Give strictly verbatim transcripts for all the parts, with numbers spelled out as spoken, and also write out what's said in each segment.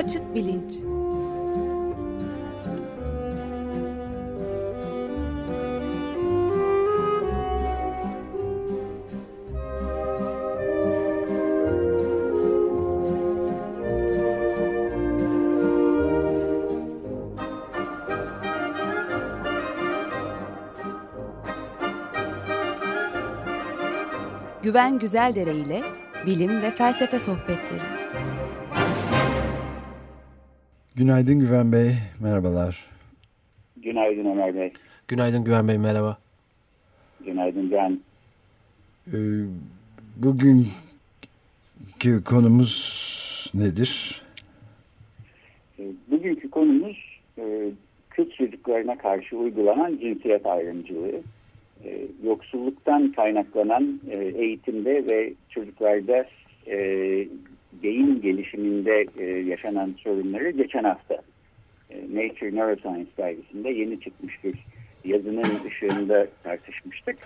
Açık Bilinç. Güven Güzeldere ile bilim ve felsefe sohbetleri. Günaydın Güven Bey, merhabalar. Günaydın Ömer Bey. Günaydın Güven Bey, merhaba. Günaydın Can. Ee, bugünkü konumuz nedir? Bugünkü konumuz kız çocuklarına karşı uygulanan cinsiyet ayrımcılığı. Yoksulluktan kaynaklanan eğitimde ve çocuklarda beyin gelişiminde yaşanan sorunları geçen hafta Nature Neuroscience dergisinde yeni çıkmış bir yazının ışığında tartışmıştık.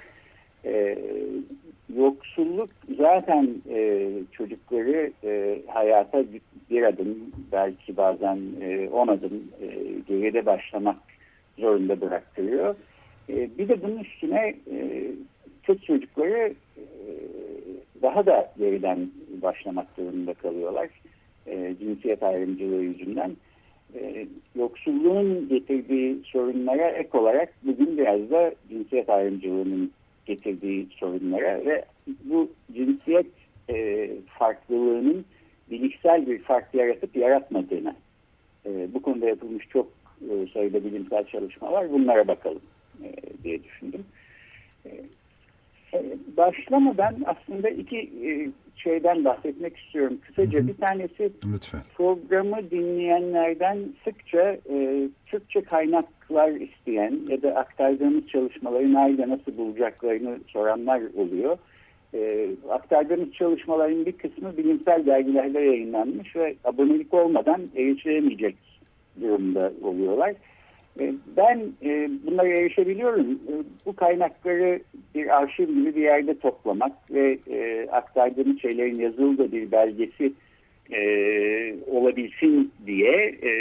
Yoksulluk zaten çocukları hayata bir adım, belki bazen on adım geride başlamak zorunda bıraktırıyor. Bir de bunun üstüne kız çocukları daha da geriden başlamak durumunda kalıyorlar. Cinsiyet ayrımcılığı yüzünden. Yoksulluğun getirdiği sorunlara ek olarak bugün biraz da cinsiyet ayrımcılığının getirdiği sorunlara ve bu cinsiyet farklılığının bilişsel bir fark yaratıp yaratmadığına, bu konuda yapılmış çok sayıda bilimsel çalışma var. Bunlara bakalım diye düşündüm. Başlamadan aslında iki şeyden bahsetmek istiyorum. Kısaca bir tanesi, lütfen. Programı dinleyenlerden sıkça Türkçe kaynaklar isteyen ya da aktardığımız çalışmaları nerede nasıl bulacaklarını soranlar oluyor. Aktardığımız çalışmaların bir kısmı bilimsel dergilerde yayınlanmış ve abonelik olmadan erişilemeyecek durumda oluyorlar. Ben e, bunlara erişebiliyorum. E, bu kaynakları bir arşiv gibi bir yerde toplamak ve e, aktardığım şeylerin yazılı da bir belgesi e, olabilsin diye e,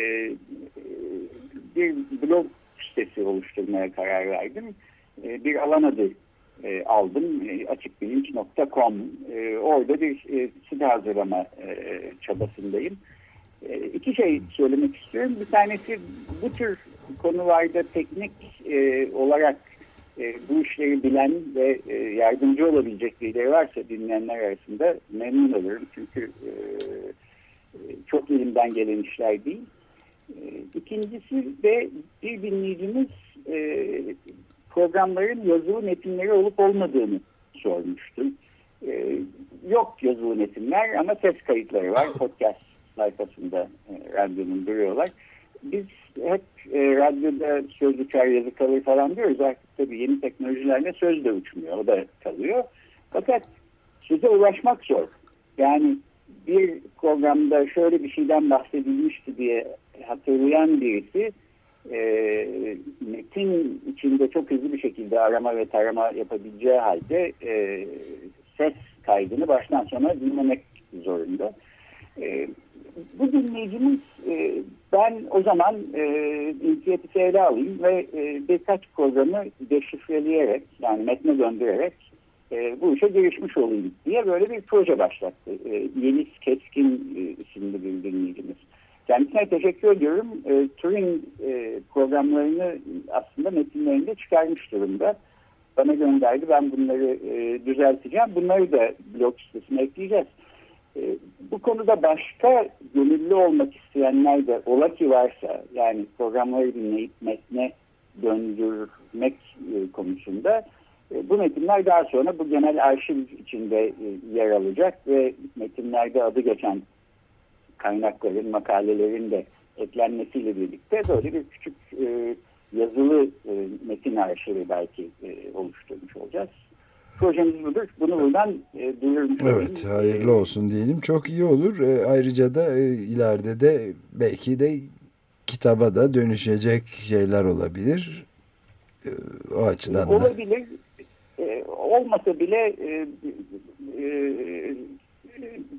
bir blog sitesi oluşturmaya karar verdim. E, bir alan adı e, aldım. E, açıkbilinç nokta com. E, orada bir e, site hazırlama e, çabasındayım. E, iki şey söylemek istiyorum. Bir tanesi, bu tür konularda teknik e, olarak e, bu işleri bilen ve e, yardımcı olabilecek birileri varsa dinleyenler arasında memnun olurum. Çünkü e, çok elimden gelen işler değil. E, ikincisi de bir dinleyicimiz e, programların yazılı metinleri olup olmadığını sormuştu. E, yok yazılı metinler ama ses kayıtları var. Podcast sayfasında e, radyonun duruyorlar. Biz hep e, radyoda söz uçar yazı kalır falan diyoruz. Artık tabii yeni teknolojilerle söz de uçmuyor. O da kalıyor. Fakat söze ulaşmak zor. Yani bir programda şöyle bir şeyden bahsedilmişti diye hatırlayan birisi e, metin içinde çok hızlı bir şekilde arama ve tarama yapabileceği halde e, ses kaydını baştan sona dinlemek zorunda. E, Bu dinleyicimiz e, ben o zaman e, inisiyatifi ele alayım ve e, birkaç programı deşifreleyerek, yani metne döndürerek e, bu işe girişmiş olayım diye böyle bir proje başlattı. E, Yeliz Keskin e, isimli bir dinleyicimiz. Kendisine teşekkür ediyorum. E, Turing e, programlarını aslında metinlerinde çıkarmış durumda. Bana gönderdi. Ben bunları e, düzelteceğim. Bunları da blog sitesine ekleyeceğiz. Bu konuda başka gönüllü olmak isteyenler de ola ki varsa, yani programları dinleyip metne döndürmek konusunda bu metinler daha sonra bu genel arşiv içinde yer alacak ve metinlerde adı geçen kaynakların, makalelerin de eklenmesiyle birlikte böyle bir küçük yazılı metin arşivi belki oluşturmuş olacağız. Projemiz budur. Bunu buradan e, duyurmuş olayım. Evet, hayırlı olsun diyelim. Çok iyi olur. E, ayrıca da e, ileride de belki de kitaba da dönüşecek şeyler olabilir. E, o açıdan da. Olabilir. E, olmasa bile e, e,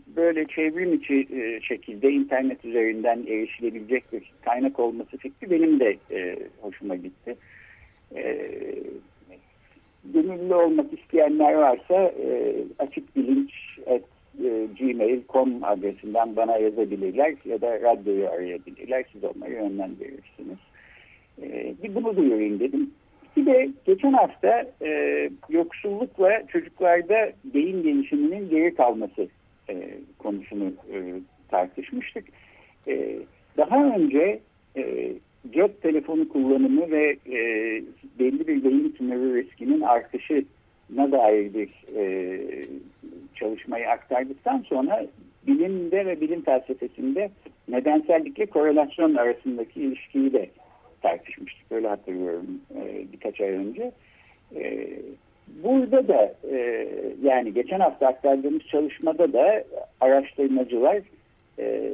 böyle çevrim içi e, şekilde internet üzerinden erişilebilecek bir kaynak olması fikri benim de e, hoşuma gitti. E, gönüllü olmak isteyenler varsa e, açıkbilinç at gmail nokta com adresinden bana yazabilirler ya da radyoyu arayabilirler. Siz onları yönlendirirsiniz. E, bir bunu duyurayım dedim. Bir de geçen hafta e, yoksullukla çocuklarda beyin gelişiminin geri kalması e, konusunu e, tartışmıştık. E, daha önce e, cep telefonu kullanımı ve e, belli bir beyin tümörü riskinin artışına dair bir e, çalışmayı aktardıktan sonra bilimde ve bilim felsefesinde nedensellikle korelasyon arasındaki ilişkiyi de tartışmıştık. Öyle hatırlıyorum e, birkaç ay önce. E, burada da e, yani geçen hafta aktardığımız çalışmada da araştırmacılar e,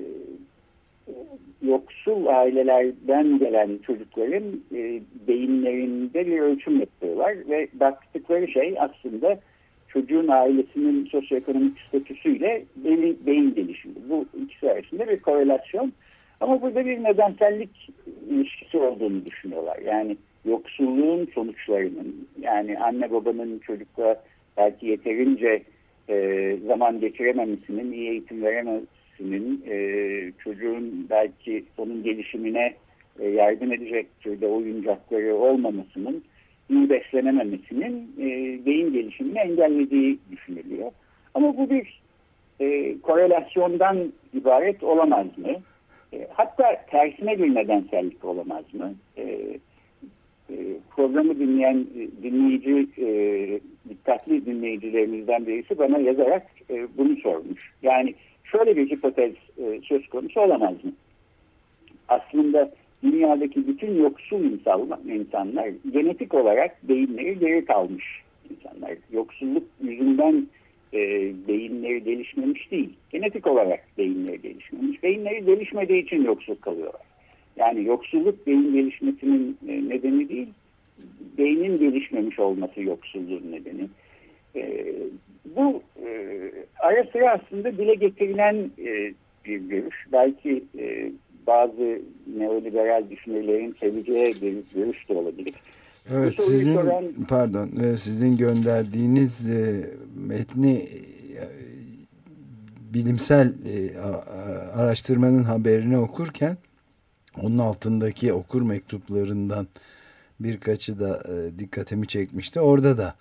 yoksul ailelerden gelen çocukların e, beyinlerinde bir ölçüm yapıyorlar ve baktıkları şey aslında çocuğun ailesinin sosyoekonomik statüsüyle beyin, beyin gelişimi. Bu ikisi arasında bir korelasyon. Ama burada bir nedensellik ilişkisi olduğunu düşünüyorlar. Yani yoksulluğun sonuçlarının, yani anne babanın çocukla belki yeterince e, zaman geçirememesinin, iyi eğitim verememesinin, e, çocuğun belki onun gelişimine e, yardım edecek türde oyuncakları olmamasının, iyi beslenememesinin e, beyin gelişimini engellediği düşünülüyor. Ama bu bir e, korelasyondan ibaret olamaz mı? E, hatta tersine bir nedensellik olamaz mı? E, e, programı dinleyen dinleyici, e, dikkatli dinleyicilerimizden birisi bana yazarak e, bunu sormuş. Yani şöyle bir hipotez e, söz konusu olamaz mı? Aslında dünyadaki bütün yoksul insanlar, insanlar genetik olarak beyinleri geri kalmış insanlar. Yoksulluk yüzünden e, beyinleri gelişmemiş değil. Genetik olarak beyinleri gelişmemiş. Beyinleri gelişmediği için yoksul kalıyorlar. Yani yoksulluk beyin gelişmesinin e, nedeni değil, beynin gelişmemiş olması yoksulluğun nedeni. E, bu e, ara sıra aslında dile getirilen e, bir görüş. Belki e, bazı neoliberal düşünürlerin seveceği bir görüş de olabilir. Evet, sizin soran... pardon, sizin gönderdiğiniz e, metni e, bilimsel e, araştırmanın haberini okurken onun altındaki okur mektuplarından birkaçı da e, dikkatimi çekmişti. Orada da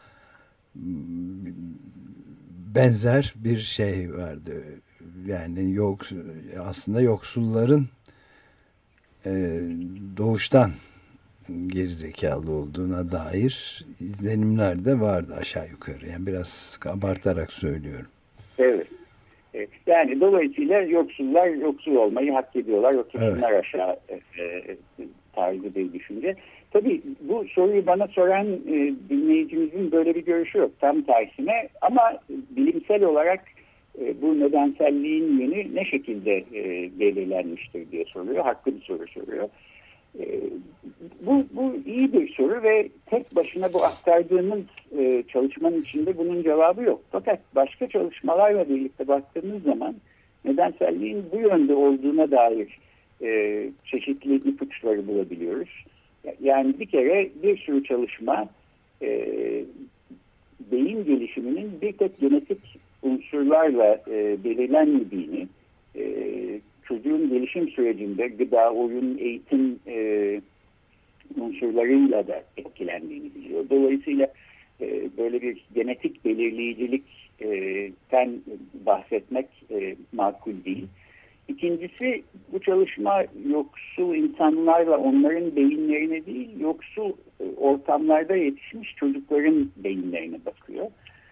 benzer bir şey vardı. Yani yok, aslında yoksulların e, doğuştan gerizekalı olduğuna dair izlenimler de vardı aşağı yukarı. Yani biraz abartarak söylüyorum. Evet. Yani dolayısıyla yoksullar yoksul olmayı hak ediyorlar. Yoksullar evet. Aşağı e, e, tarzı bir düşünce. Tabii bu soruyu bana soran e, dinleyicimizin böyle bir görüşü yok. Tam tersine ama bilimsel olarak e, bu nedenselliğin yönü ne şekilde e, belirlenmiştir diye soruyor. Haklı bir soru soruyor. E, bu, bu iyi bir soru ve tek başına bu aktardığımız e, çalışmanın içinde bunun cevabı yok. Fakat başka çalışmalarla birlikte baktığımız zaman nedenselliğin bu yönde olduğuna dair e, çeşitli ipuçları bulabiliyoruz. Yani bir kere bir sürü çalışma e, beyin gelişiminin bir tek genetik unsurlarla e, belirlenmediğini, e, çocuğun gelişim sürecinde gıda, oyun, eğitim e, unsurlarıyla da etkilendiğini biliyor. Dolayısıyla e, böyle bir genetik belirleyicilikten bahsetmek e, makul değil. İkincisi, bu çalışma yoksul insanlarla onların beyinlerine değil, yoksul ortamlarda yetişmiş çocukların beyinlerine bakıyor.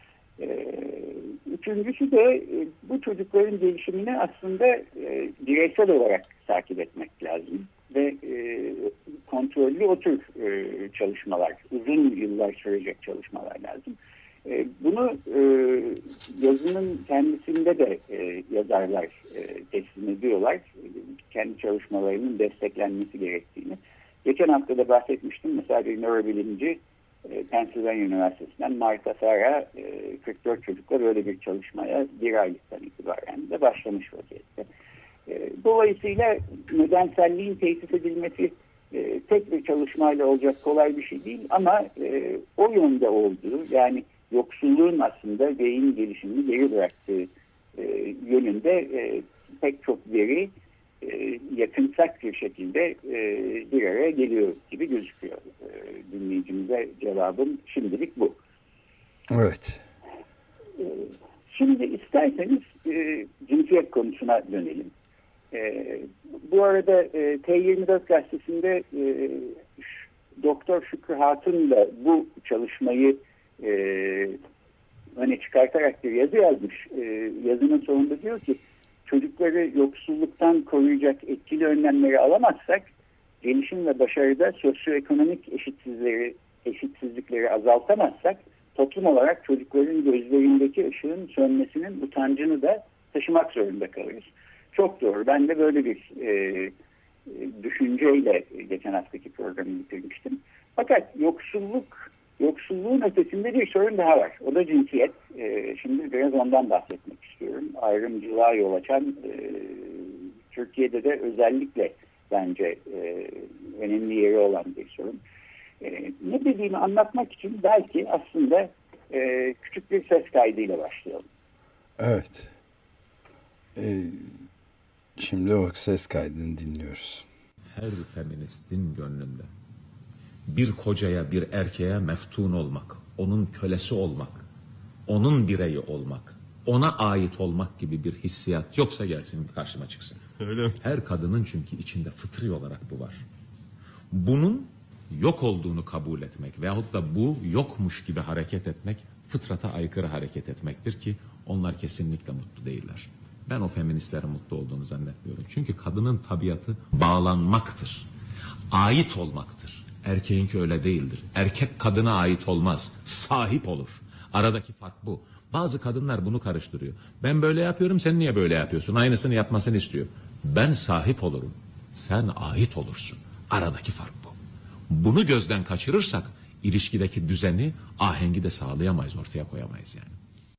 Üçüncüsü de bu çocukların gelişimini aslında bireysel olarak takip etmek lazım. Ve kontrollü o tür çalışmalar, uzun yıllar sürecek çalışmalar lazım. Bunu e, yazının kendisinde de e, yazarlar e, teslim ediyorlar. Kendi çalışmalarının desteklenmesi gerektiğini. Geçen hafta da bahsetmiştim. Mesela bir nörobilimci e, Pennsylvania Üniversitesi'nden Marta Farah e, kırk dört çocukla böyle bir çalışmaya bir aylıktan itibaren de başlamış vaziyette. E, dolayısıyla nedenselliğin tesis edilmesi e, tek bir çalışmayla olacak kolay bir şey değil ama e, o yönde olduğu, yani yoksulluğun aslında beyin gelişimini geri bıraktığı e, yönünde e, pek çok veri e, yakınsak bir şekilde e, bir araya geliyor gibi gözüküyor. E, dinleyicimize cevabım şimdilik bu. Evet. E, şimdi isterseniz e, cinsiyet konusuna dönelim. E, bu arada e, T yirmi dört gazetesinde e, Doktor Şükrü Hatun da bu çalışmayı e, öne çıkartarak bir yazı yazmış. E, yazının sonunda diyor ki çocukları yoksulluktan koruyacak etkili önlemleri alamazsak gelişim ve başarıda sosyoekonomik eşitsizlikleri, eşitsizlikleri azaltamazsak toplum olarak çocukların gözlerindeki ışığın sönmesinin utancını da taşımak zorunda kalırız. Çok doğru. Ben de böyle bir e, düşünceyle geçen haftaki programı bitirmiştim. Fakat yoksulluk, yoksulluğun ötesinde bir sorun daha var. O da cinsiyet. E, şimdi biraz ondan bahsetmek istiyorum. Ayrımcılığa yol açan, e, Türkiye'de de özellikle bence e, önemli yeri olan bir sorun. E, ne dediğimi anlatmak için belki aslında e, küçük bir ses kaydıyla başlayalım. Evet. Ee, şimdi o ses kaydını dinliyoruz. Her feministin gönlünde bir kocaya, bir erkeğe meftun olmak, onun kölesi olmak, onun bireyi olmak, ona ait olmak gibi bir hissiyat yoksa gelsin karşıma çıksın. Öyle mi? Her kadının çünkü içinde fıtri olarak bu var. Bunun yok olduğunu kabul etmek veyahut da bu yokmuş gibi hareket etmek fıtrata aykırı hareket etmektir ki onlar kesinlikle mutlu değiller. Ben o feministlerin mutlu olduğunu zannetmiyorum. Çünkü kadının tabiatı bağlanmaktır. Ait olmaktır. Erkeğinki öyle değildir. Erkek kadına ait olmaz. Sahip olur. Aradaki fark bu. Bazı kadınlar bunu karıştırıyor. Ben böyle yapıyorum, sen niye böyle yapıyorsun? Aynısını yapmasını istiyor. Ben sahip olurum. Sen ait olursun. Aradaki fark bu. Bunu gözden kaçırırsak ilişkideki düzeni, ahengi de sağlayamayız, ortaya koyamayız yani.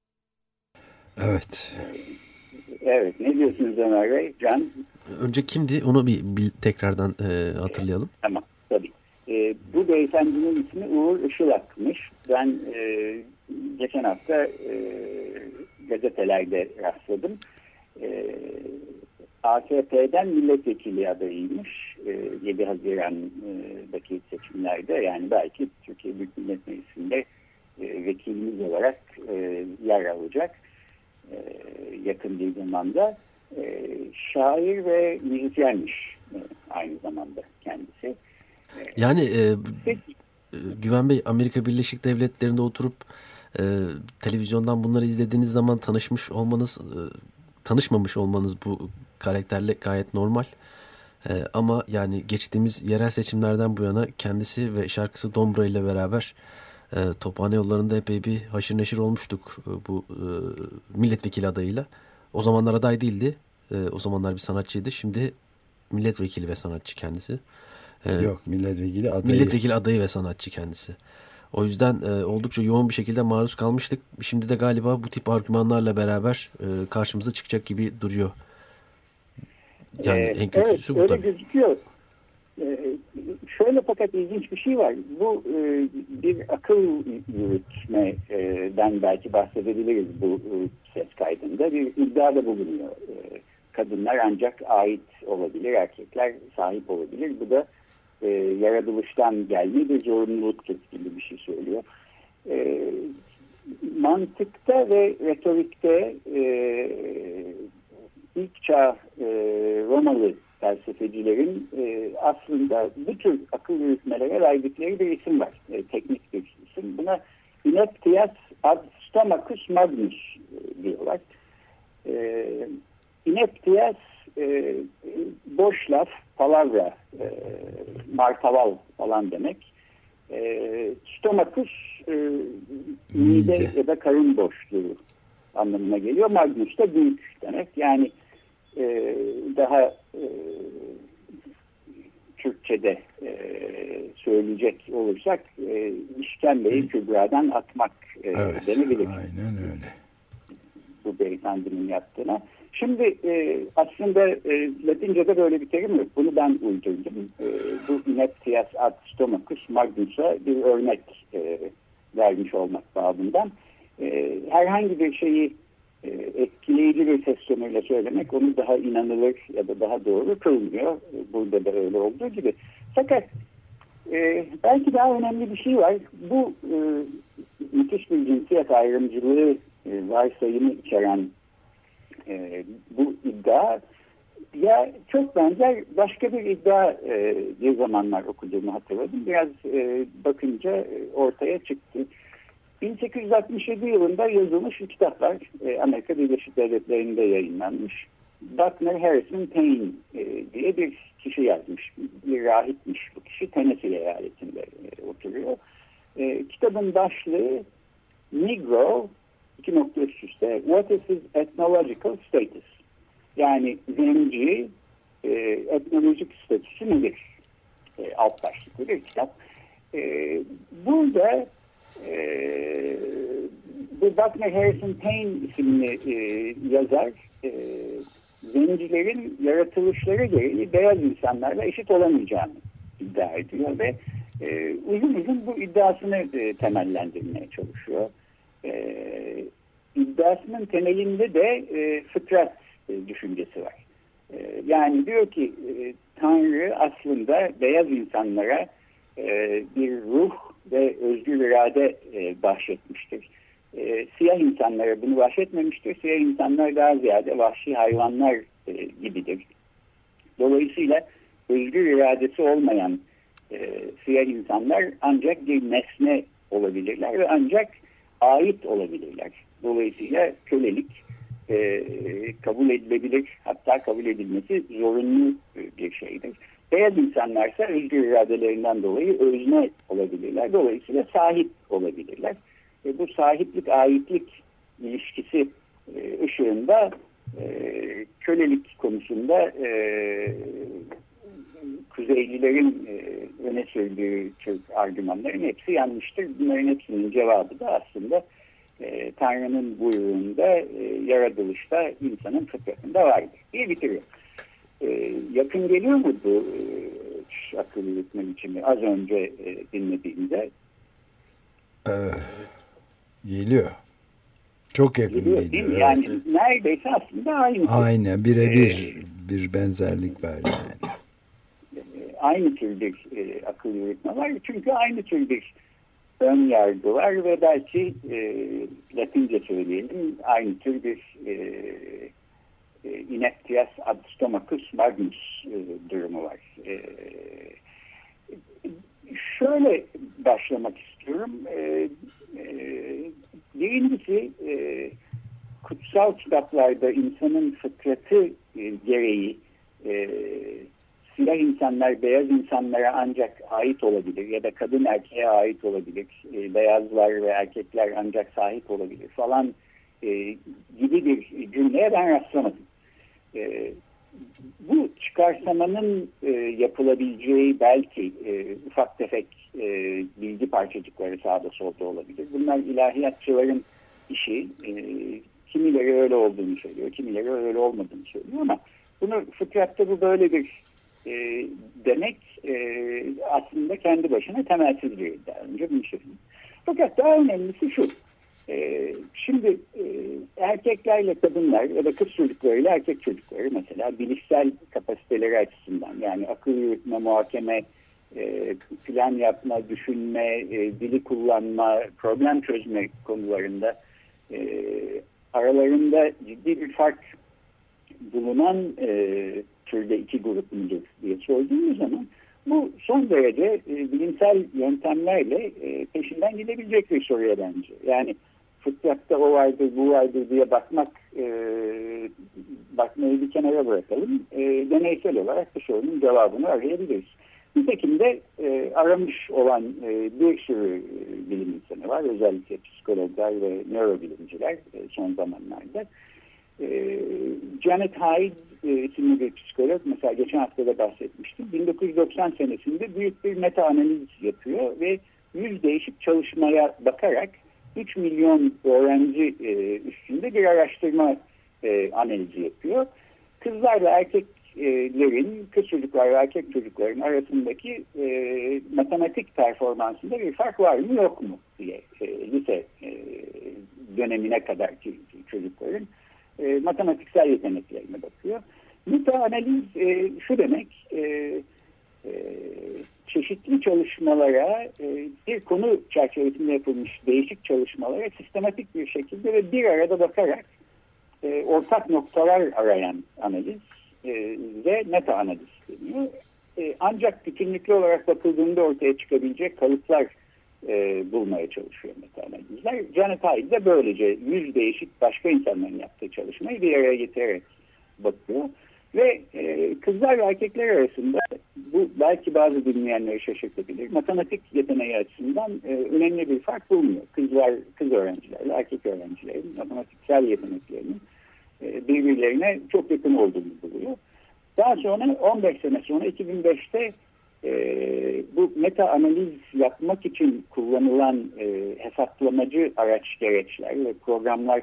Evet. Evet, ne diyorsunuz Ömer Bey? Can? Önce kimdi? Onu bir, bir tekrardan e, hatırlayalım. Tamam, tabii. E, bu beyefendinin ismi Uğur Işılak'mış. Ben e, geçen hafta e, gazetelerde rastladım. E, A K P'den milletvekili adayıymış. E, yedi Haziran'daki seçimlerde, yani belki Türkiye Büyük Millet Meclisi'nde e, vekilimiz olarak e, yer alacak. E, yakın bir zamanda e, şair ve müzisyenmiş e, aynı zamanda kendisi. E, Yani e, peki, e, Güven Bey, Amerika Birleşik Devletleri'nde oturup e, televizyondan bunları izlediğiniz zaman tanışmış olmanız, e, tanışmamış olmanız bu karakterle gayet normal. E, ama yani geçtiğimiz yerel seçimlerden bu yana kendisi ve şarkısı Dombra ile beraber E, Tophane yollarında epey bir haşır neşir olmuştuk e, bu e, milletvekili adayıyla. O zamanlar aday değildi. E, o zamanlar bir sanatçıydı. Şimdi milletvekili ve sanatçı kendisi. E, Yok, milletvekili adayı. Milletvekili adayı ve sanatçı kendisi. O yüzden e, oldukça yoğun bir şekilde maruz kalmıştık. Şimdi de galiba bu tip argümanlarla beraber e, karşımıza çıkacak gibi duruyor. Yani e, en kötüsü evet, bu tabii. öyle gözüküyor. E, şöyle fakat ilginç bir şey var. Bu e, bir akıl yürütmeden belki bahsedebiliriz bu e, ses kaydında. Bir iddiada bulunuyor. E, kadınlar ancak ait olabilir, erkekler sahip olabilir. Bu da e, yaratılıştan geldiği bir zorunluluktur gibi bir şey söylüyor. E, mantıkta ve retorikte e, ilk çağ e, Romalı felsefecilerin e, aslında bu tür akıl yürütmelere verdikleri bir isim var. E, teknik bir isim. Buna ineptias ad stomachus magnus e, diyorlar. E, ineptias e, boş laf, palavra, e, martaval falan demek. E, stomachus e, mide ya da karın boşluğu anlamına geliyor. Magnus da büyük demek. Yani Ee, daha e, Türkçe'de e, söyleyecek olursak e, işkembeyi kübradan atmak e, evet, denebilir. Aynen öyle. Bu beyefendinin yaptığına. Şimdi e, aslında e, Latince'de böyle bir terim yok. Bunu ben uydurdum. E, bu ineptias ad stomachus magnus'a bir örnek e, vermiş olmak babından. E, herhangi bir şeyi e, etkileyici bir ses tonuyla söylemek onu daha inanılır ya da daha doğru kılmıyor. E, burada da öyle olduğu gibi. Fakat e, belki daha önemli bir şey var. Bu e, müthiş bir cinsiyet ayrımcılığı e, varsayımı içeren e, bu iddia ya çok benzer başka bir iddia e, bir zamanlar okuduğumu hatırladım. Biraz e, bakınca e, ortaya çıktı. bin sekiz yüz altmış yedi yılında yazılmış bir kitap var. E, Amerika Birleşik Devletleri'nde yayınlanmış. Buckner Harrison Payne e, diye bir kişi yazmış. Bir rahipmiş bu kişi. Tennessee eyaletinde e, oturuyor. E, kitabın başlığı Negro iki nokta üst üste What is his ethnological status? Yani zenci e, etnolojik statüsü nedir? E, alt başlıklı bir kitap. E, burada e, bu Buckner Harrison Payne isimli e, yazar e, zencilerin yaratılışları gereği beyaz insanlarla eşit olamayacağını iddia ediyor ve e, uzun uzun bu iddiasını e, temellendirmeye çalışıyor. E, iddiasının temelinde de e, fıtrat e, düşüncesi var. E, yani diyor ki e, Tanrı aslında beyaz insanlara e, bir ruh ve özgür irade e, bahşetmiştir. E, siyah insanlara bunu bahşetmemiştir. Siyah insanlar daha ziyade vahşi hayvanlar e, gibidir. Dolayısıyla özgür iradesi olmayan e, siyah insanlar ancak bir nesne olabilirler ve ancak ait olabilirler. Dolayısıyla kölelik e, kabul edilebilir, hatta kabul edilmesi zorunlu bir şeydir. Beyaz insanlarsa özgür iradelerinden dolayı özne olabilirler. Dolayısıyla sahip olabilirler. E, bu sahiplik, aitlik ilişkisi e, ışığında e, kölelik konusunda e, Kuzeylilerin e, öne sürdüğü Türk argümanların hepsi yanlıştır. Bunların hepsinin cevabı da aslında e, Tanrı'nın buyruğunda, e, yaratılışta, insanın fıtratında vardır diye bitiriyor. E, yakın geliyor mu bu e, akıl yürütme biçimi az önce e, dinlediğimde? Ee, geliyor. Çok yakın geliyor. geliyor. Evet. Yani neredeyse aslında aynı. Aynen birebir ee, bir benzerlik var yani. Aynı tür bir e, akıl yürütme var. Çünkü aynı tür bir ön yargı var ve belki e, Latince söyleyelim aynı tür bir e, e, ineptias ad stomachus magnus e, durumu var. E, şöyle başlamak istiyorum. E, e, birincisi e, kutsal kitaplarda insanın fıtratı e, gereği e, siyah insanlar beyaz insanlara ancak ait olabilir ya da kadın erkeğe ait olabilir. E, beyazlar ve erkekler ancak sahip olabilir falan e, gibi bir cümleye ben rastlamadım. E, bu çıkarsamanın e, yapılabileceği belki e, ufak tefek e, bilgi parçacıkları sağda solda olabilir. Bunlar ilahiyatçıların işi. E, kimileri öyle olduğunu söylüyor, kimileri öyle olmadığını söylüyor ama bunu fıtratta bu böyle bir e, demek e, aslında kendi başına temelsiz bir iddia. Önce bunu söyleyeyim. Fakat daha önemlisi şu. E, şimdi e, erkeklerle kadınlar ya da kız çocuklarıyla erkek çocukları mesela bilişsel kapasiteleri açısından yani akıl yürütme, muhakeme, e, plan yapma, düşünme, e, dili kullanma, problem çözme konularında e, aralarında ciddi bir fark bulunan e, türde iki grup mudur diye sorduğumuz zaman bu son derece e, bilimsel yöntemlerle e, peşinden gidebilecek bir soruya benziyor. Yani fıtratta o vardır, bu vardır diye bakmak, e, bakmayı bir kenara bırakalım. E, deneysel olarak bu sorunun cevabını arayabiliriz. Nitekim de e, aramış olan e, bir sürü e, bilim insanı var. Özellikle psikologlar ve nörobilimciler e, son zamanlarda. E, Janet Hyde e, isimli bir psikolog, mesela geçen hafta da bahsetmiştim. bin dokuz yüz doksan senesinde büyük bir meta analiz yapıyor ve yüz değişik çalışmaya bakarak üç milyon öğrenci e, üstünde bir araştırma e, analizi yapıyor. Kızlarla erkeklerin, kız çocuklar ve erkek çocukların arasındaki e, matematik performansında bir fark var mı yok mu diye e, lise e, dönemine kadarki çocukların e, matematiksel yeteneklerine bakıyor. Meta analiz e, şu demek, e, e, çeşitli çalışmalara, e, bir konu çerçevesinde yapılmış değişik çalışmalara sistematik bir şekilde ve bir arada bakarak e, ortak noktalar arayan analiz e, ve meta analiz deniyor. E, ancak bütünlüklü olarak bakıldığında ortaya çıkabilecek kalıplar e, bulmaya çalışıyor meta analizler. Janet Hyde de böylece yüz değişik başka insanların yaptığı çalışmayı bir araya getirerek bakıyor. Ve e, kızlar ve erkekler arasında bu belki bazı dinleyenleri şaşırtabilir. Matematik yeteneği açısından e, önemli bir fark bulmuyor. Kızlar, kız öğrencilerle erkek öğrencilerin matematiksel yeteneklerinin e, birbirlerine çok yakın olduğunu buluyor. Daha sonra on beş sene sonra iki bin beşte e, bu meta analiz yapmak için kullanılan e, hesaplamacı araç gereçler ve programlar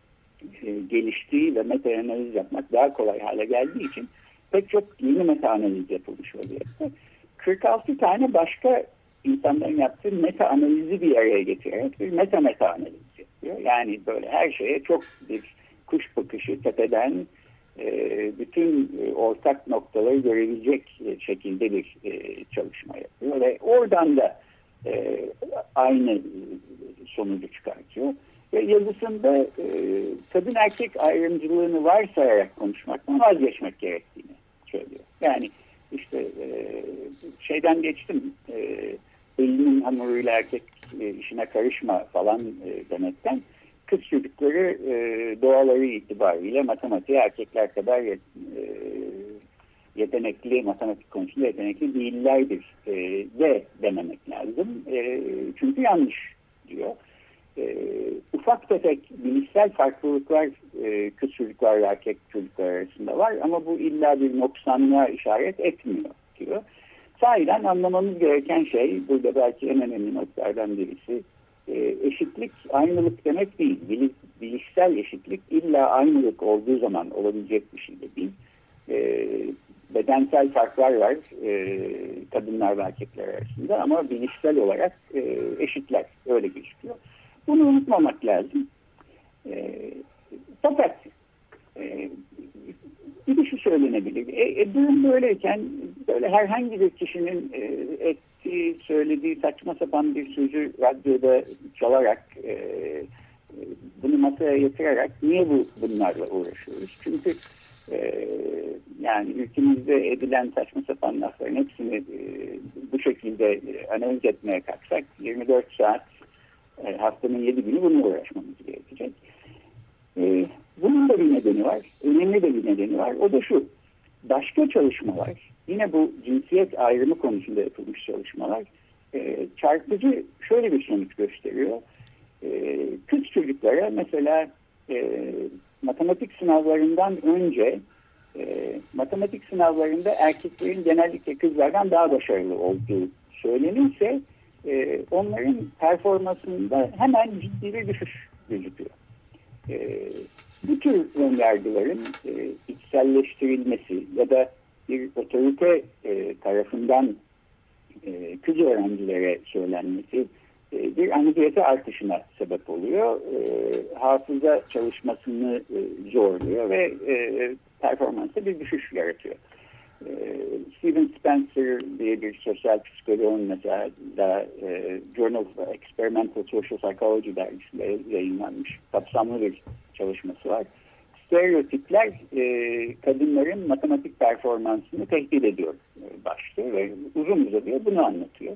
E, geliştiği ve meta analiz yapmak daha kolay hale geldiği için pek çok yeni meta analiz yapılmış vaziyette. kırk altı tane başka insanların yaptığı meta analizi bir araya getirerek bir meta meta analiz yapıyor. Yani böyle her şeye çok bir kuş bakışı tepeden e, bütün e, ortak noktaları görebilecek şekilde bir e, çalışma yapıyor ve oradan da e, aynı sonucu çıkartıyor. Ve yazısında e, kadın erkek ayrımcılığını varsayarak konuşmaktan vazgeçmek gerektiğini söylüyor. Yani işte e, şeyden geçtim, e, elinin hamuruyla erkek e, işine karışma falan e, demekten kız çocukları e, doğaları itibariyle matematiğe erkekler kadar yet, e, yetenekli, matematik konusunda yetenekli değillerdir e, de dememek lazım. E, çünkü yanlış diyor. E, ufak tefek bilişsel farklılıklar e, kız çocuklar ve erkek çocuklar arasında var ama bu illa bir noksanlığa işaret etmiyor diyor. Sahiden anlamamız gereken şey, burada belki en önemli noktalardan birisi, e, eşitlik aynılık demek değil. Bil, bilişsel eşitlik illa aynılık olduğu zaman olabilecek bir şey de değil. E, bedensel farklar var e, kadınlar ve erkekler arasında ama bilişsel olarak e, eşitler, öyle gözüküyor. Bunu unutmamak lazım. E, fakat e, bir şey söylenebilir. E, e, durum böyleyken böyle herhangi bir kişinin e, ettiği, söylediği saçma sapan bir sözü radyoda çalarak e, bunu masaya yatırarak niye bu bunlarla uğraşıyoruz? Çünkü e, yani ülkemizde edilen saçma sapan lafların hepsini e, bu şekilde e, analiz etmeye kalksak yirmi dört saat e, haftanın yedi günü bununla uğraşmamız gerekecek. E, bunun da bir nedeni var. Önemli de bir nedeni var. O da şu. Başka çalışmalar, yine bu cinsiyet ayrımı konusunda yapılmış çalışmalar e, çarpıcı şöyle bir sonuç gösteriyor. E, kız çocuklara mesela e, matematik sınavlarından önce e, matematik sınavlarında erkeklerin genellikle kızlardan daha başarılı olduğu söylenirse e, onların performansında hemen ciddi bir düşüş gözüküyor. E, bu tür önyargıların e, içselleştirilmesi ya da bir otorite e, tarafından e, kız öğrencilere söylenmesi e, bir anksiyete artışına sebep oluyor. E, hafıza çalışmasını e, zorluyor ve e, performansta bir düşüş yaratıyor. E, Steven Spencer diye bir sosyal psikoloğun mesela da e, Journal of Experimental Social Psychology dergisinde yayınlanmış kapsamlı bir çalışması var. Stereotipler e, kadınların matematik performansını tehdit ediyor e, başlıyor ve uzun uzadıyor bunu anlatıyor.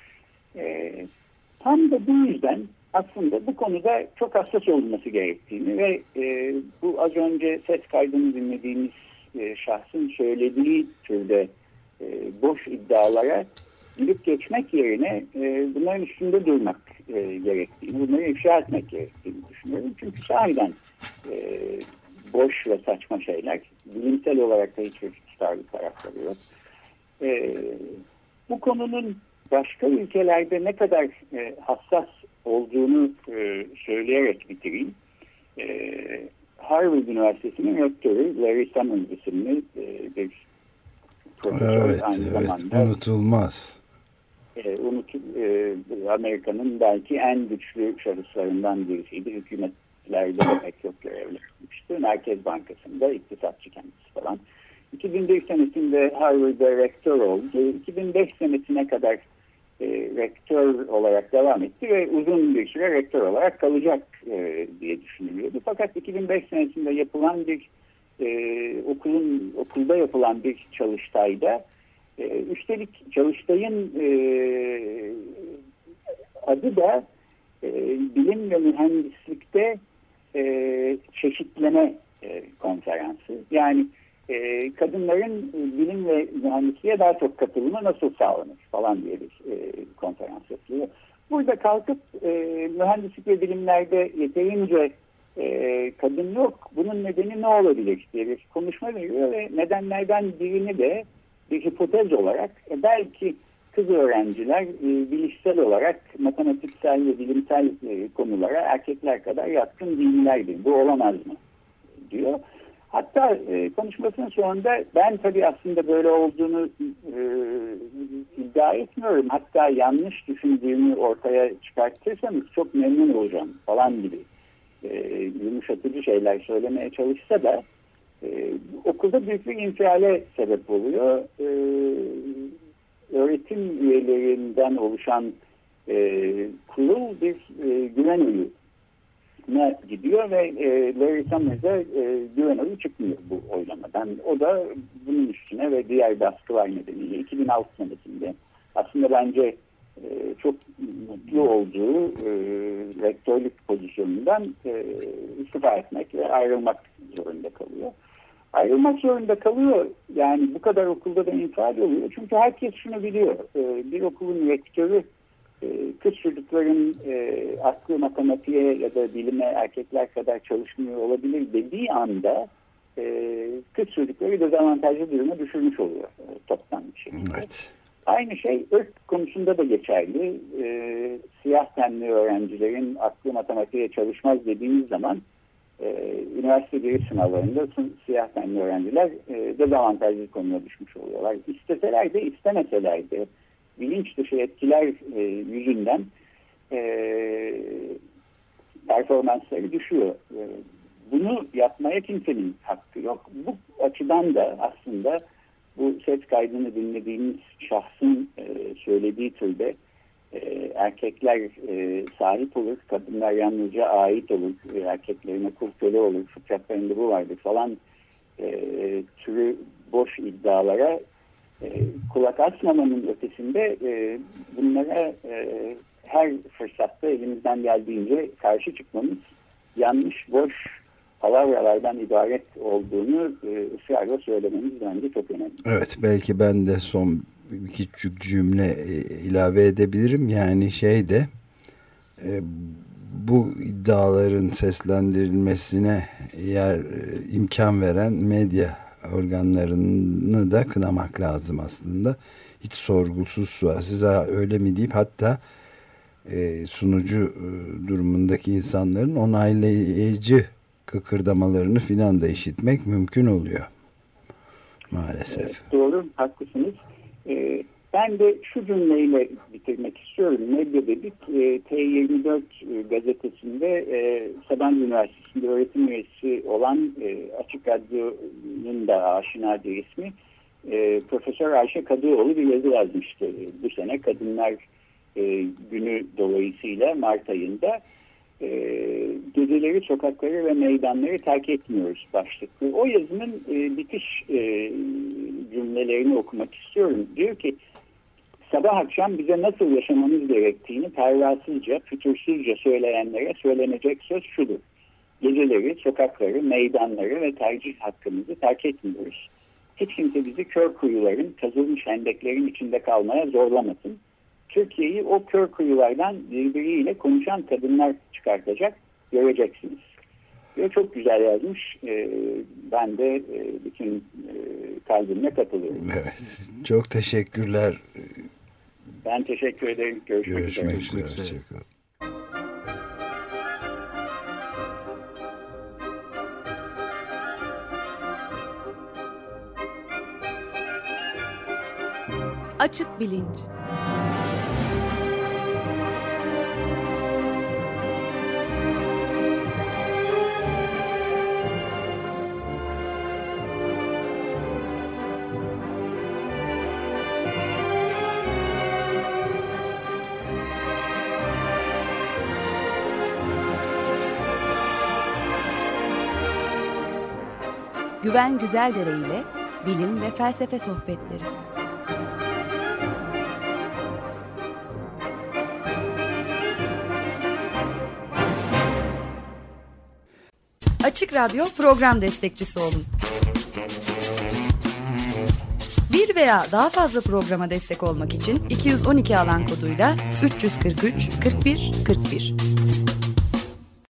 E, tam da bu yüzden aslında bu konuda çok hassas olması gerektiğini ve e, bu az önce ses kaydını dinlediğimiz e, şahsın söylediği türde e, boş iddialara gidip geçmek yerine e, bunların üstünde durmak e, gerektiğini, bunları ifşa etmek gerektiğini düşünüyorum. Çünkü sahiden e, boş ve saçma şeyler. Bilimsel olarak da hiçbir tutarlı tarafları yok. E, bu konunun başka ülkelerde ne kadar e, hassas olduğunu e, söyleyerek bitireyim. E, Harvard Üniversitesi'nin rektörü Larry Summers isimli e, bir profesör, evet, aynı evet, zamanda unutulmaz. E, unutul, e, Amerika'nın belki en güçlü şahıslarından birisiydi. Hükümetlerde de pek çok görevli yapmıştı. Merkez Bankası'nda iktisatçı kendisi falan. iki bin bir senesinde Harvard'da rektör oldu. iki bin beş senesine kadar e, rektör olarak devam etti ve uzun bir süre rektör olarak kalacak e, diye düşünülüyordu. Fakat iki bin beş senesinde yapılan bir e, okulun okulda yapılan bir çalıştayda, e, üstelik çalıştayın e, adı da e, bilim ve mühendislikte e, çeşitleme e, konferansı. Yani e, kadınların bilim ve mühendisliğe daha çok katılımı nasıl sağlanır falan diye bir e, konferans yapılıyor. Burada kalkıp e, mühendislik ve bilimlerde yeterince e, kadın yok, bunun nedeni ne olabilir diye bir konuşma veriyor ve nedenlerden birini de bir hipotez olarak e, belki kız öğrenciler e, bilişsel olarak matematiksel ve bilimsel e, konulara erkekler kadar yatkın değillerdir. Bu olamaz mı? Diyor. Hatta e, konuşmasının sonunda ben tabii aslında böyle olduğunu e, iddia etmiyorum. Hatta yanlış düşündüğümü ortaya çıkartırsanız çok memnun olacağım falan gibi e, yumuşatıcı şeyler söylemeye çalışsa da e, okulda büyük bir infiale sebep oluyor. E, öğretim üyelerinden oluşan e, kurul bir e, güven oyu gidiyor ve e, Larry Summers'a e, güven oyu çıkmıyor bu oylamadan. O da bunun üstüne ve diğer baskılar nedeniyle iki bin altı senesinde aslında bence e, çok mutlu olduğu e, rektörlük pozisyonundan e, istifa etmek ve ayrılmak zorunda kalıyor. Ayrılmak zorunda kalıyor. Yani bu kadar okulda da infial oluyor. Çünkü herkes şunu biliyor. E, bir okulun rektörü kız çocukların e, aklı matematiğe ya da bilime erkekler kadar çalışmıyor olabilir dediği anda e, kız çocukları dezavantajlı duruma düşürmüş oluyor e, toptan bir şekilde. Evet. Aynı şey ırk konusunda da geçerli. E, siyah tenli öğrencilerin aklı matematiğe çalışmaz dediğimiz zaman e, üniversite giriş sınavlarında siyah tenli öğrenciler e, dezavantajlı konuma düşmüş oluyorlar. İsteseler de istemeseler de bilinç dışı etkiler e, yüzünden e, performansları düşüyor. E, bunu yapmaya kimsenin hakkı yok. Bu açıdan da aslında bu ses kaydını dinlediğimiz şahsın e, söylediği türde e, erkekler e, sahip olur, kadınlar yalnızca ait olur, e, erkeklerine kul köle olur, fıtratlarında bu vardır falan e, türü boş iddialara E, kulak asmamanın ötesinde e, bunlara e, her fırsatta elimizden geldiğince karşı çıkmamız yanlış, boş palavralardan ibaret olduğunu e, ısrarla söylememiz bence çok önemli. Evet, belki ben de son bir küçük cümle e, ilave edebilirim. Yani şey de e, bu iddiaların seslendirilmesine yer e, imkan veren medya organlarını da kınamak lazım aslında. Hiç sorgusuz sualsiz öyle mi deyip hatta e, sunucu e, durumundaki insanların onaylayıcı kıkırdamalarını filan da işitmek mümkün oluyor. Maalesef. Evet, doğru, haklısınız. E, ben de şu cümleyle bitirmek istiyorum. Medya dedik. E, T yirmi dört gazetesinde e, Sabancı Üniversitesi'nde öğretim üyesi olan e, Açık Radyo'nun da aşina bir ismi e, Profesör Ayşe Kadıoğlu bir yazı yazmıştı. Bu sene Kadınlar e, Günü dolayısıyla Mart ayında e, geceleri sokakları ve meydanları terk etmiyoruz başlıklı. O yazının e, bitiş e, cümlelerini okumak istiyorum. Diyor ki sabah akşam bize nasıl yaşamamız gerektiğini pervasızca, fütursuzca söyleyenlere söylenecek söz şudur. Geceleri, sokakları, meydanları ve tercih hakkımızı terk etmiyoruz. Hiç kimse bizi kör kuyuların, kazılmış hendeklerin içinde kalmaya zorlamasın. Türkiye'yi o kör kuyulardan birbiriyle konuşan kadınlar çıkartacak, göreceksiniz. Ve çok güzel yazmış. E, ben de e, bütün e, kalbimle katılıyorum. Evet. Çok teşekkürler. Ben teşekkür ederim. Görüşmek, Görüşmek üzere. üzere. Hoşçakalın. Açık Bilinç. Güven Güzeldere ile bilim ve felsefe sohbetleri. Açık Radyo program destekçisi olun. Bir veya daha fazla programa destek olmak için iki yüz on iki alan koduyla üç yüz kırk üç kırk bir kırk bir